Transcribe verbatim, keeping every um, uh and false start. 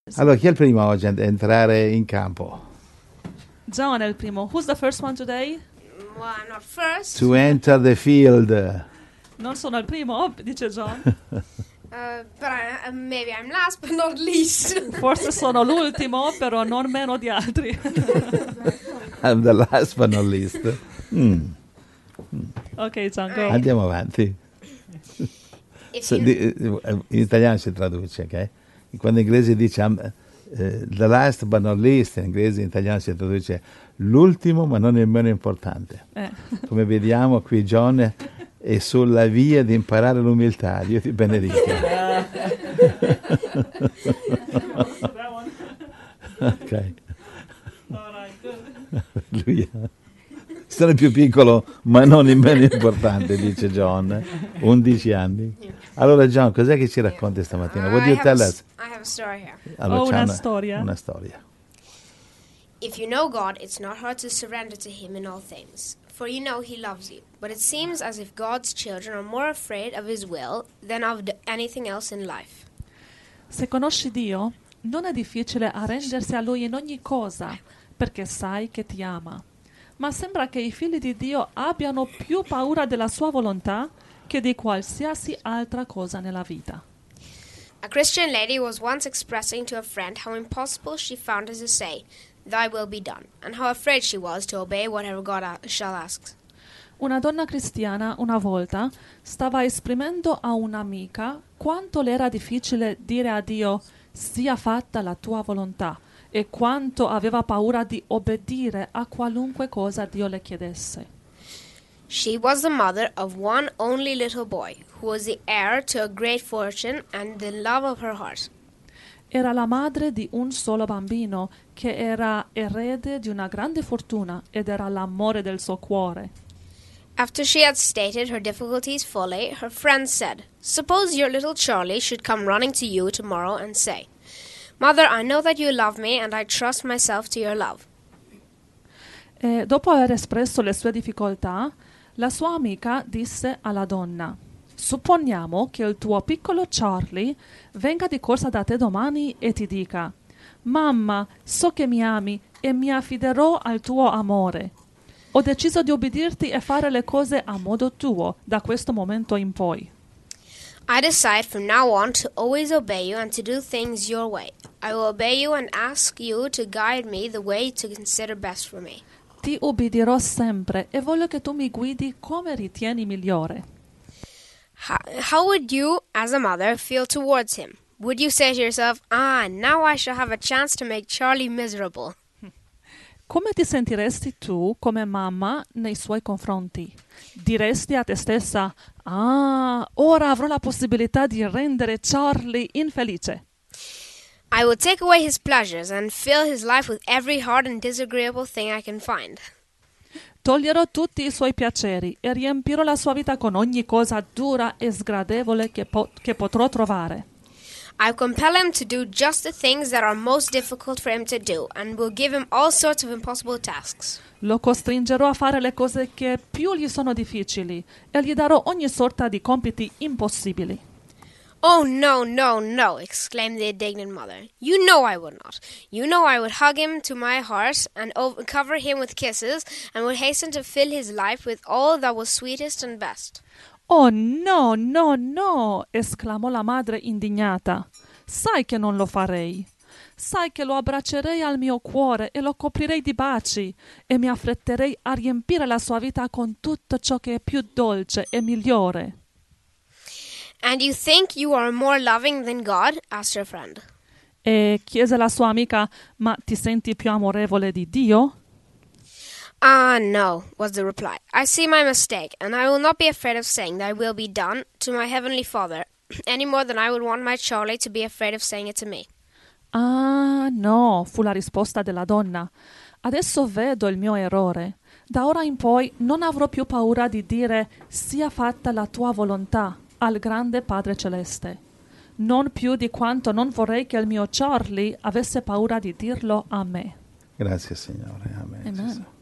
Allora, chi è il primo oggi a entrare in campo? John è il primo. Who's the first one today? Well, I'm not first. To enter the field. Non sono il primo, dice John. Uh, but I, uh, maybe I'm last, but not least. Forse sono l'ultimo, però non meno di altri. I'm the last but not least. Mm. Ok, John, go. Andiamo avanti. If So, you- di- in italiano si traduce, ok? Quando in inglese dice um, eh, the last but not least, in inglese in italiano si traduce l'ultimo ma non il meno importante. Eh. Come vediamo qui John è sulla via di imparare l'umiltà. Dio ti benedica. Ok. Alleluia. Sono il più piccolo ma non il meno importante, dice John. undici anni. Allora John, cos'è che ci racconti stamattina? What do I you have tell a us? s- I have a story here. Allora, Oh, c'è una storia? Una storia. If you know God, it's not hard to surrender to Him in all things, for you know He loves you. But it seems as if God's children are more afraid of His will than of the- anything else in life. Se conosci Dio, non è difficile arrendersi a Lui in ogni cosa, perché sai che ti ama. Ma sembra che i figli di Dio abbiano più paura della sua volontà che di qualsiasi altra cosa nella vita. A Christian lady was once expressing to a friend how impossible she found it to say, "Thy will be done," and how afraid she was to obey whatever God a- shall ask. Una donna cristiana una volta stava esprimendo a un'amica quanto le era difficile dire a Dio sia fatta la tua volontà e quanto aveva paura di obbedire a qualunque cosa Dio le chiedesse. She was the mother of one only little boy, who was the heir to a great fortune and the love of her heart. Era la madre di un solo bambino che era erede di una grande fortuna ed era l'amore del suo cuore. After she had stated her difficulties fully, her friend said, "Suppose your little Charlie should come running to you tomorrow and say, 'Mother, I know that you love me and I trust myself to your love.'" E dopo aver espresso le sue difficoltà, la sua amica disse alla donna: Supponiamo che il tuo piccolo Charlie venga di corsa da te domani e ti dica: Mamma, so che mi ami e mi affiderò al tuo amore. Ho deciso di obbedirti e fare le cose a modo tuo da questo momento in poi. I decide from now on to always obey you and to do things your way. I will obey you and ask you to guide me the way to consider best for me. Ti ubbidirò sempre e voglio che tu mi guidi come ritieni migliore. How, how would you, as a mother, feel towards him? Would you say to yourself, "Ah, now I shall have a chance to make Charlie miserable"? Come ti sentiresti tu come mamma nei suoi confronti? Diresti a te stessa: Ah, ora avrò la possibilità di rendere Charlie infelice. I will take away his pleasures and fill his life with every hard and disagreeable thing I can find. Toglierò tutti i suoi piaceri e riempirò la sua vita con ogni cosa dura e sgradevole che, po- che potrò trovare. I compel him to do just the things that are most difficult for him to do, and will give him all sorts of impossible tasks. Lo costringerò a fare le cose che più gli sono difficili e gli darò ogni sorta di compiti impossibili. "Oh, no, no, no," exclaimed the indignant mother. "You know I would not. You know I would hug him to my heart and over- cover him with kisses, and would hasten to fill his life with all that was sweetest and best." Oh no, no, no! Esclamò la madre indignata. Sai che non lo farei. Sai che lo abbraccerei al mio cuore e lo coprirei di baci e mi affretterei a riempire la sua vita con tutto ciò che è più dolce e migliore. "And you think you are more loving than God?" asked her friend. E chiese la sua amica: Ma ti senti più amorevole di Dio? "Ah, no," was the reply. "I see my mistake, and I will not be afraid of saying thy will be done to my heavenly Father, any more than I would want my Charlie to be afraid of saying it to me." Ah, no, fu la risposta della donna. Adesso vedo il mio errore. Da ora in poi non avrò più paura di dire sia fatta la tua volontà al grande Padre Celeste. Non più di quanto non vorrei che il mio Charlie avesse paura di dirlo a me. Grazie Signore. Amen. Amen. Gesù.